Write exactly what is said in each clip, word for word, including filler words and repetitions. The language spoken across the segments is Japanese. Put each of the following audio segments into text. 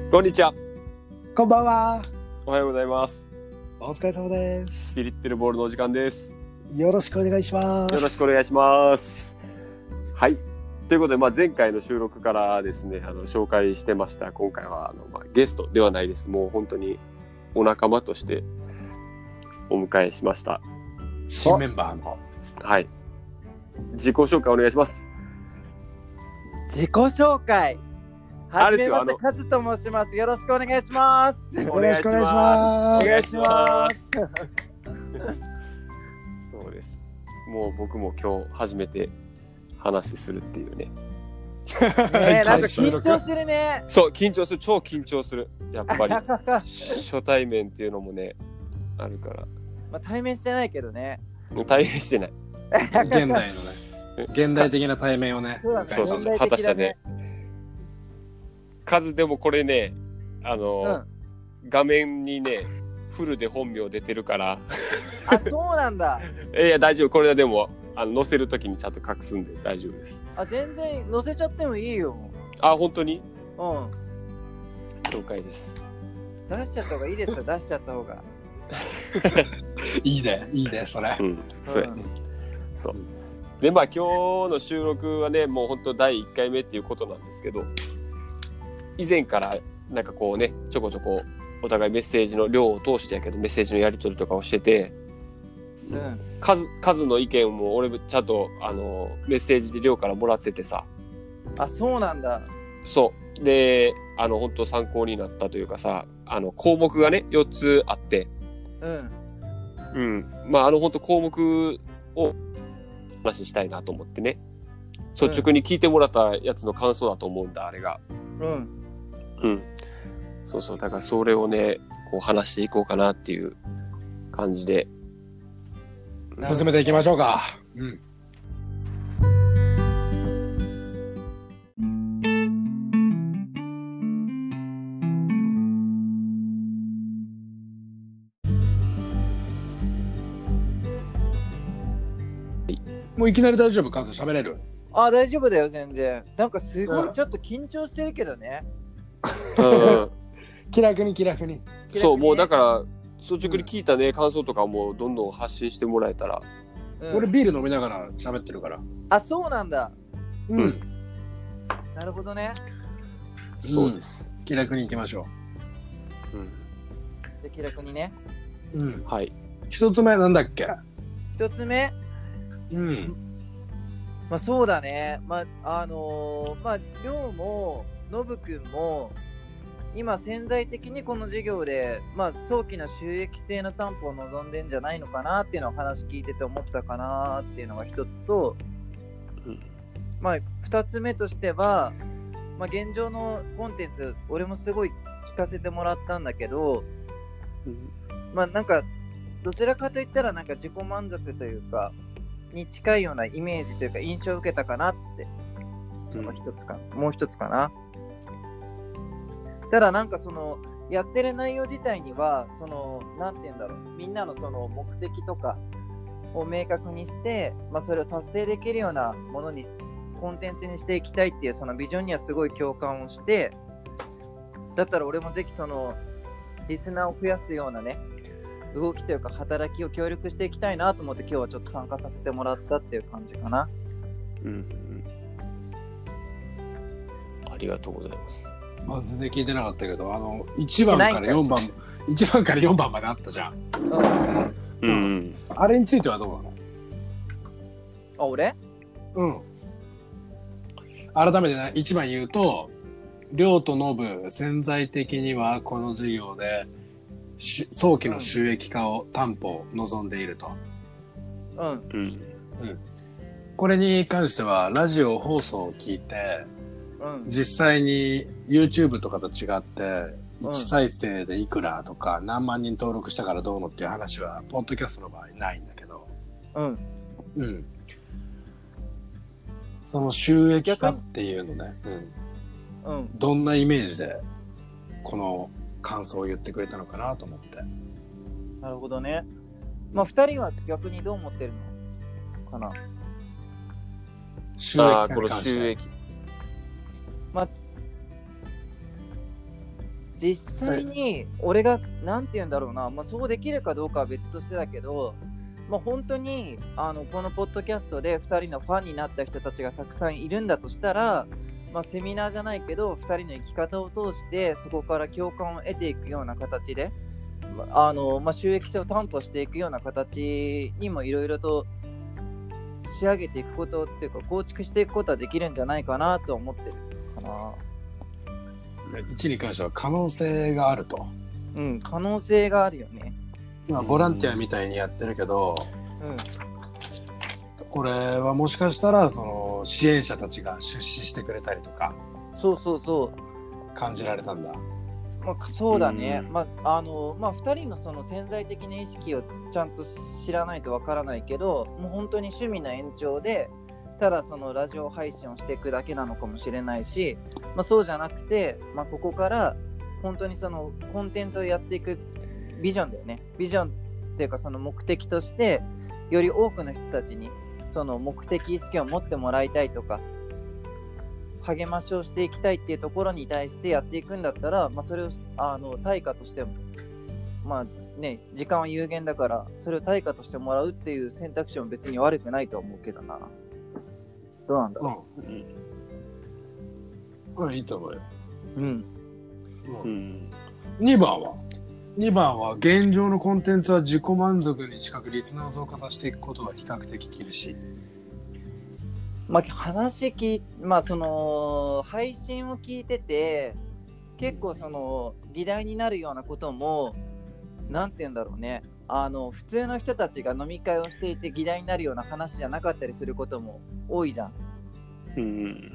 こんにちは。 こんばんは。 おはようございます。 お疲れ様です。 スピリッテルボールのお時間です。 よろしくお願いします。 よろしくお願いします。はい。ということで、まあ、前回の収録からですね、あの紹介してました。今回はあの、まあ、ゲストではないです。もう本当にお仲間としてお迎えしました。 新メンバーの。 はい。自己紹介お願いします。 自己紹介。はじめまして、 あれですよカズと申します。よろしくお願いします。 よろしくお願いします。 お願いします。そうです。もう僕も今日初めて話するっていうね。 ねえ、なんか緊張するね。 そう、緊張する。超緊張する。やっぱり初対面っていうのもね、あるから。 まあ対面してないけどね。 対面してない。 現代のね、現代的な対面をね。 そうだね。 そうそうそう、 現果たした代的だねね。数でもこれね、あの、うん、画面にね、フルで本名出てるから。 あ、そうなんだ。 いや、大丈夫。これはでも、あの載せるときにちゃんと隠すんで大丈夫です。 あ、全然載せちゃってもいいよ。 あ、本当に？ うん。 了解です。 出しちゃった方がいいですよ。出しちゃった方が。 いいね、いいね、それ。 うん、そうや、 うん、 そう。で、まあ今日の収録はね、もう本当だいいっかいめっていうことなんですけど、以前からなんかこうね、ちょこちょこお互いメッセージの量を通してやけどメッセージのやり取りとかをしてて、 うん、 数数の意見も俺ちゃんとあのメッセージで量からもらっててさ。 あ、そうなんだ。 そうで、あの本当参考になったというかさ、あの項目がねよっつあって、 うんうん、まああの本当項目を話したいなと思ってね、率直に聞いてもらったやつの感想だと思うんだ、あれが。 うんうん、そうそう、だからそれをねこう話していこうかなっていう感じで進めていきましょうか。うん。もういきなり大丈夫？カズ喋れる？ あ、大丈夫だよ、全然。なんかすごうんいちょっと緊張してるけどね。 うん、 気楽に気楽に。 そう、もうだから率直に聞いたね、うん、感想とかもどんどん発信してもらえたら、 うん、俺ビール飲みながら喋ってるから。 あ、そうなんだ。 うん、うん、 なるほどね。 そうです、 うん、気楽に行きましょう。うん、で気楽にね。 うん、 はい。 一つ目なんだっけ？ 一つ目、 うん、 まあそうだね。まああのー、まあ亮もノブくんも今潜在的にこの授業で、まあ、早期の収益性の担保を望んでんじゃないのかなっていうのを話聞いてて思ったかなっていうのが一つと、うん、まあ二つ目としては、まあ、現状のコンテンツ俺もすごい聞かせてもらったんだけど、うん、まあなんかどちらかといったらなんか自己満足というかに近いようなイメージというか印象を受けたかなってのが一つか、うん、もう一つかな。ただなんかそのやってる内容自体にはそのなんて言うんだろう、みんなのその目的とかを明確にして、まあ、それを達成できるようなものにコンテンツにしていきたいっていうそのビジョンにはすごい共感をして、だったら俺もぜひそのリスナーを増やすようなね動きというか働きを協力していきたいなと思って今日はちょっと参加させてもらったっていう感じかな。 うん、うん、ありがとうございます。 まあ、全然聞いてなかったけど、あのいちばんからよんばんいちばんからよんばんまであったじゃん。 うん、うん、 あれについてはどうなの？ あ、俺？ うん。改めてね、いちばん言うと、亮とノブ潜在的にはこの事業で早期の収益化を担保望んでいると。 うん。うん。 うん。これに関してはラジオ放送を聞いて。うん、実際に YouTube とかと違っていち再生でいくらとか、うん、何万人登録したからどうのっていう話はポッドキャストの場合ないんだけど、 うんうん、その収益化っていうのね、うんうん、どんなイメージでこの感想を言ってくれたのかなと思って。 なるほどね。まあふたりは逆にどう思ってるのかな。 収益化に関して。 あー、この収益。 まあ、 実際に俺がなんて言うんだろうな、まあ、そうできるかどうかは別としてだけど、まあ、本当にあのこのポッドキャストでふたりのファンになった人たちがたくさんいるんだとしたら、まあ、セミナーじゃないけどふたりの生き方を通してそこから共感を得ていくような形であの、まあ、収益性を担保していくような形にもいろいろと仕上げていくことっていうか構築していくことはできるんじゃないかなと思ってるかな。 いちに関しては可能性があると。 うん、可能性があるよね。 今ボランティアみたいにやってるけど、 うん、 これはもしかしたらその支援者たちが出資してくれたりとか、 そうそうそう感じられたんだ。 まあ、そうだね。まああのまあふたりのその潜在的な意識をちゃんと知らないとわからないけど、もう本当に趣味の延長でただそのラジオ配信をしていくだけなのかもしれないし、まあ、そうじゃなくて、まあ、ここから本当にそのコンテンツをやっていくビジョンだよね。ビジョンっていうかその目的としてより多くの人たちにその目的意識を持ってもらいたいとか励ましをしていきたいっていうところに対してやっていくんだったら、まあ、それをあの対価としてもまあね時間は有限だからそれを対価としてもらうっていう選択肢も別に悪くないと思うけどな。どうなんだろう。うん。 これいいと思うよ。 うん。 うん。にばんはにばんは現状のコンテンツは自己満足に近くリスナーを増加させていくことは比較的厳しい。 まあ話聞いまあその配信を聞いてて結構その議題になるようなこともなんて言うんだろうね。あの普通の人たちが飲み会をしていて議題になるような話じゃなかったりすることも多いじゃん。うん、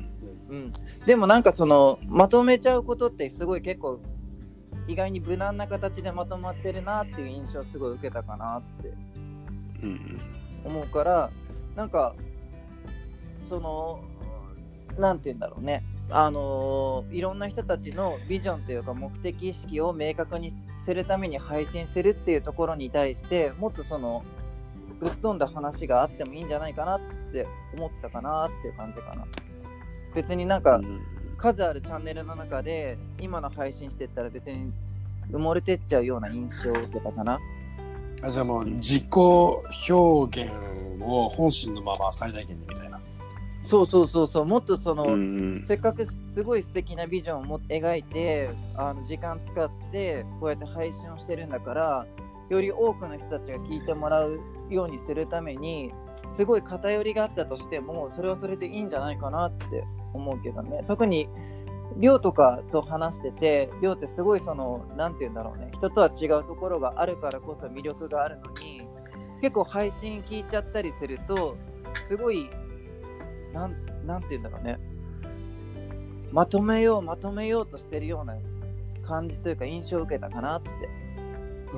うん、でもなんかそのまとめちゃうことってすごい結構意外に無難な形でまとまってるなっていう印象をすごい受けたかなって思うから、なんかそのなんて言うんだろうね、あのー、いろんな人たちのビジョンというか目的意識を明確にするために配信するっていうところに対してもっとそのぶっ飛んだ話があってもいいんじゃないかなって思ったかなっていう感じかな。別になんか数あるチャンネルの中で今の配信してったら別に埋もれてっちゃうような印象を受けたかな。 あ、じゃあもう自己表現を本心のまま最大限にみたいな。 そうそうそうそう、もっとその、うん、せっかくすごい素敵なビジョンをも描いてあの時間使ってこうやって配信をしてるんだから、より多くの人たちが聞いてもらうようにするためにすごい偏りがあったとしてもそれはそれでいいんじゃないかなって思うけどね。特にりょうとかと話してて、りょうってすごいそのなんて言うんだろうね、人とは違うところがあるからこそ魅力があるのに、結構配信聞いちゃったりするとすごいなん、なんて言うんだろうね、まとめようまとめようとしてるような感じというか印象を受けたかなって。 うん、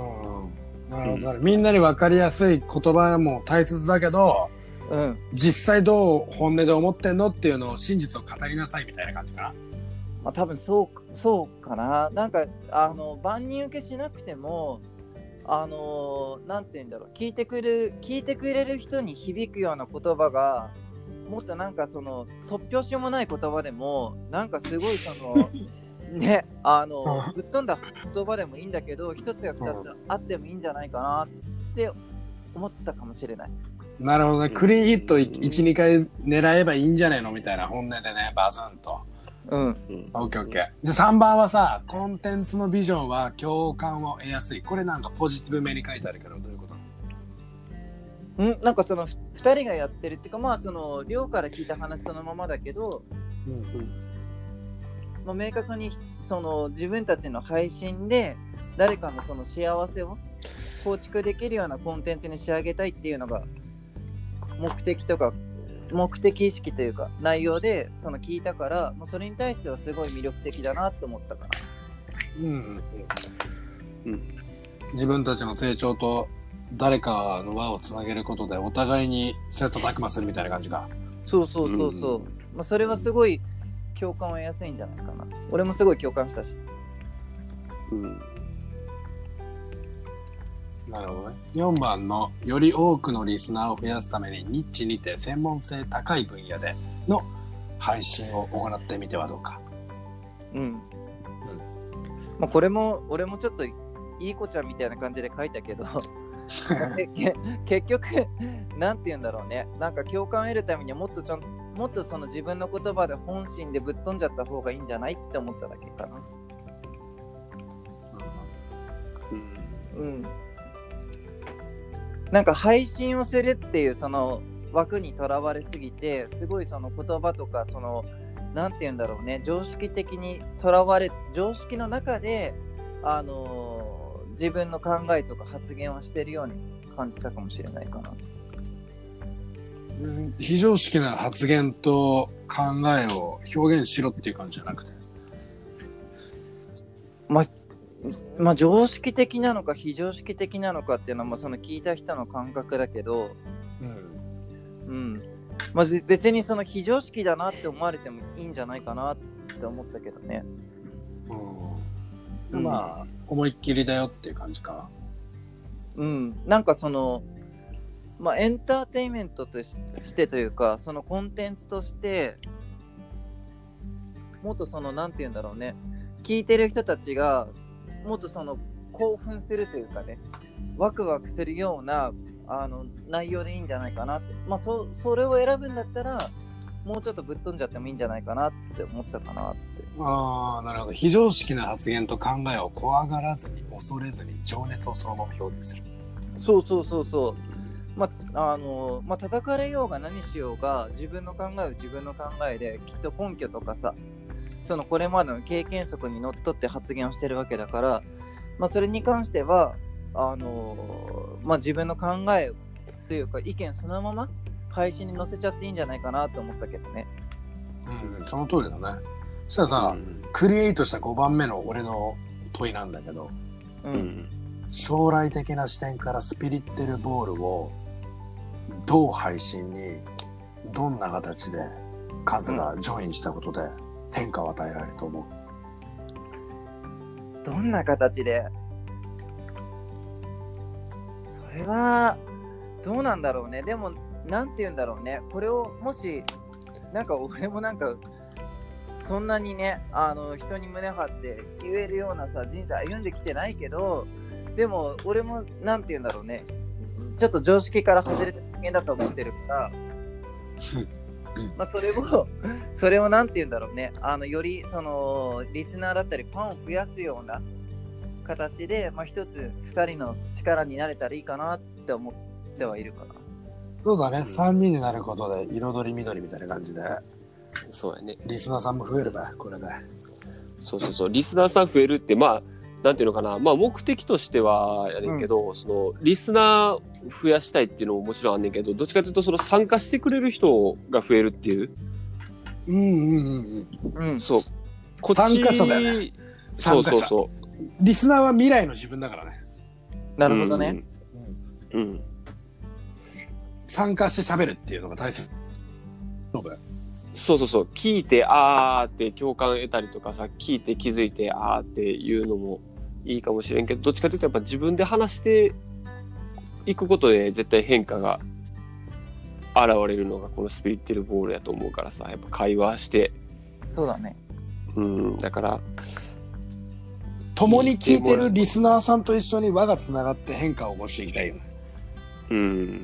なるほど、うん、みんなに分かりやすい言葉も大切だけど、うん、実際どう本音で思ってんのっていうのを真実を語りなさいみたいな感じかな。 まあ多分そうそうかな。なんかあの万人受けしなくてもあのなんて言うんだろう、聞いてくる聞いてくれる人に響くような言葉がもっとなんかその突拍子もない言葉でもなんかすごいそのね、あのぶっ飛んだ言葉でもいいんだけど一つや二つあってもいいんじゃないかなって思ったかもしれない。 なるほどね。クリーンヒットいち、にかい狙えばいいんじゃないのみたいな本音でね、バズンと。うん。オッケーオッケー。じゃあさんばんはさ、コンテンツのビジョンは共感を得やすい。これなんかポジティブめに書いてあるけど、どういうことんなんかそのふたりがやってるっていうか、まあその寮から聞いた話そのままだけど、うんうんまあ、明確にその自分たちの配信で誰かのその幸せを構築できるようなコンテンツに仕上げたいっていうのが目的とか目的意識というか内容でその聞いたから、もうそれに対してはすごい魅力的だなと思ったかな。うんうんうん、自分たちの成長と誰かの輪をつなげることでお互いに切磋琢磨するみたいな感じか。 そうそうそうそう、うんまあ、それはすごい共感を得やすいんじゃないかな。俺もすごい共感したし。うん。 なるほどね。よんばんのより多くのリスナーを増やすためにニッチにて専門性高い分野での配信を行ってみてはどうか。うん。うん、 まあ、これも俺もちょっといい子ちゃんみたいな感じで書いたけどけ結局なんて言うんだろうね、なんか共感を得るためにはもっとちゃんもっとその自分の言葉で本心でぶっ飛んじゃった方がいいんじゃないって思っただけかな。うん、うん、なんか配信をするっていうその枠にとらわれすぎて、すごいその言葉とかそのなんて言うんだろうね、常識的にとらわれ、常識の中であのー、自分の考えとか発言をしてるように感じたかもしれないかな。 うん、非常識な発言と考えを表現しろっていう感じじゃなくて、 まあまあ常識的なのか非常識的なのかっていうのは、まあ、その聞いた人の感覚だけど、うん、うん、まあ、別にその非常識だなって思われてもいいんじゃないかなって思ったけどね。 うん、まあ思いっきりだよっていう感じかな。 うん、なんかそのまあエンターテインメントとしてというか、そのコンテンツとしてもっとそのなんて言うんだろうね、聞いてる人たちがもっとその興奮するというかね、ワクワクするようなあの内容でいいんじゃないかなって、まあ そ, それを選ぶんだったらもうちょっとぶっ飛んじゃってもいいんじゃないかなって思ったかなって。 ああ、なるほど。非常識な発言と考えを怖がらずに恐れずに情熱をそのまま表現する。 そうそうそうそう。まああのまあ叩かれようが何しようが自分の考えを自分の考えできっと根拠とかさ、そのこれまでの経験則にのっとって発言をしてるわけだから、まあ、それに関してはあのーまあ、自分の考えというか意見そのまま配信に載せちゃっていいんじゃないかなと思ったけどね。 うん、その通りだね。そしたらさ、うん、クリエイトしたごばんめの俺の問いなんだけど、うん、将来的な視点からスピリッテルボールをどう配信にどんな形で数がジョインしたことで変化を与えられると思う？ どんな形で？それはどうなんだろうね。でもなんて言うんだろうね、これをもしなんか俺もなんかそんなにね、あの人に胸張って言えるようなさ人生歩んできてないけど、でも俺もなんて言うんだろうね、ちょっと常識から外れた人間だと思ってるからまあそれをそれをなんて言うんだろうね、あのよりそのリスナーだったりファンを増やすような形で、まあ一つ二人の力になれたらいいかなって思ってはいるかな。 そうだね、うん、さんにんになることで彩り緑みたいな感じで、 そうやね、 リスナーさんも増えるばこれで。 そうそうそう、リスナーさん増えるって、まあなんていうのかな、まあ目的としてはやねんけど、うん、そのリスナー増やしたいっていうのももちろんあんねんけど、どっちかというとその参加してくれる人が増えるっていう。 うんうんうんうん。うん、 そう。 こっち参加者だよね。 そうそうそう。 リスナーは未来の自分だからね。 なるほどね。 うん。うん、 参加して喋るっていうのが大切。 そうそうそう。聞いてあーって共感得たりとかさ、聞いて気づいてあーっていうのもいいかもしれんけど、どっちかというとやっぱ自分で話していくことで絶対変化が現れるのがこのスピリッテルボールやと思うからさ、やっぱ会話して。 そうだね。 うん、だから、 共に聞いてるリスナーさんと一緒に輪がつながって変化を起こしていきたいよね。 うん。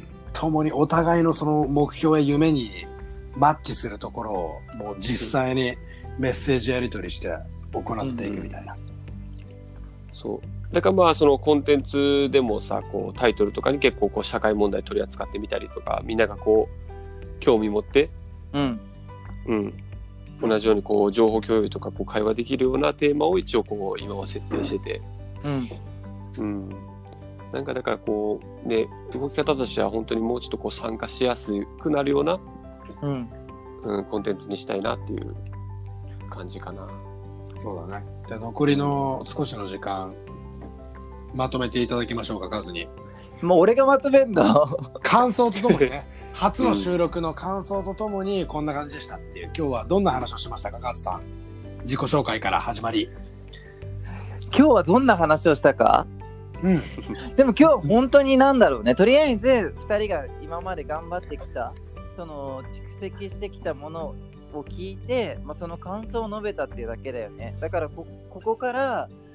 共にお互いのその目標や夢にマッチするところをもう実際にメッセージやり取りして行っていくみたいな。うん、 そう。だからまあそのコンテンツでもさ、こうタイトルとかに結構こう社会問題取り扱ってみたりとか、みんながこう興味持って、 うん、 うん。同じようにこう情報共有とかこう会話できるようなテーマを一応こう今は設定してて、 うんうん、なんかだからこうね、動き方としては本当にもうちょっとこう参加しやすくなるような、 うんうん、コンテンツにしたいなっていう感じかな。 そうだね。で残りの少しの時間まとめていただきましょうか、カズに。 もう俺がまとめんの感想とともにね初の収録の感想とともにこんな感じでしたっていう、今日はどんな話をしましたか、カズさん。自己紹介から始まり。 今日はどんな話をしたか、 うん、 でも今日本当になんだろうね、とりあえずふたりが今まで頑張ってきたその蓄積してきたものを聞いて、まあ、その感想を述べたっていうだけだよね。だから こ, ここから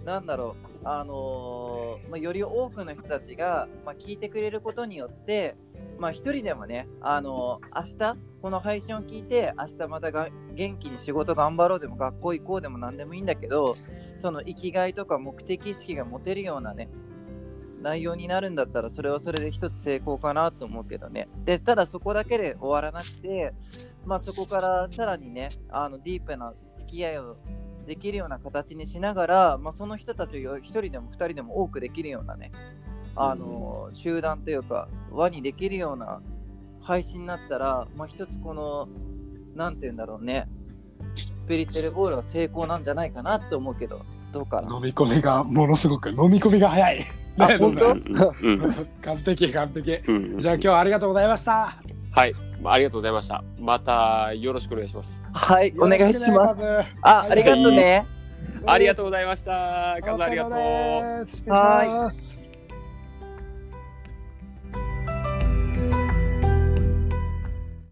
なんだろう、あのーまあ、より多くの人たちが、まあ、聞いてくれることによって、まあ、一人でもね、あのー明日この配信を聞いて明日またが元気に仕事頑張ろうでも学校行こうでも何でもいいんだけど、その生きがいとか目的意識が持てるようなね内容になるんだったら、それはそれで一つ成功かなと思うけどね。でただそこだけで終わらなくて、まあ、そこからさらにね、あのディープな付き合いをできるような形にしながら、まあ、その人たちを一人でも二人でも多くできるようなね、あのー、集団というか輪にできるような配信になったら、まあ、一つこのなんて言うんだろうね、スピリチュアルボールは成功なんじゃないかなって思うけど、どうかな。 飲み込みがものすごく飲み込みが早い。 あ、本当？ 完璧完璧、 うん、 じゃあ今日はありがとうございました。 はい、ありがとうございました。またよろしくお願いします。 はい、お願いします。あ、ありがとうね。 ありがとうございました。カズありがとう。 失礼します。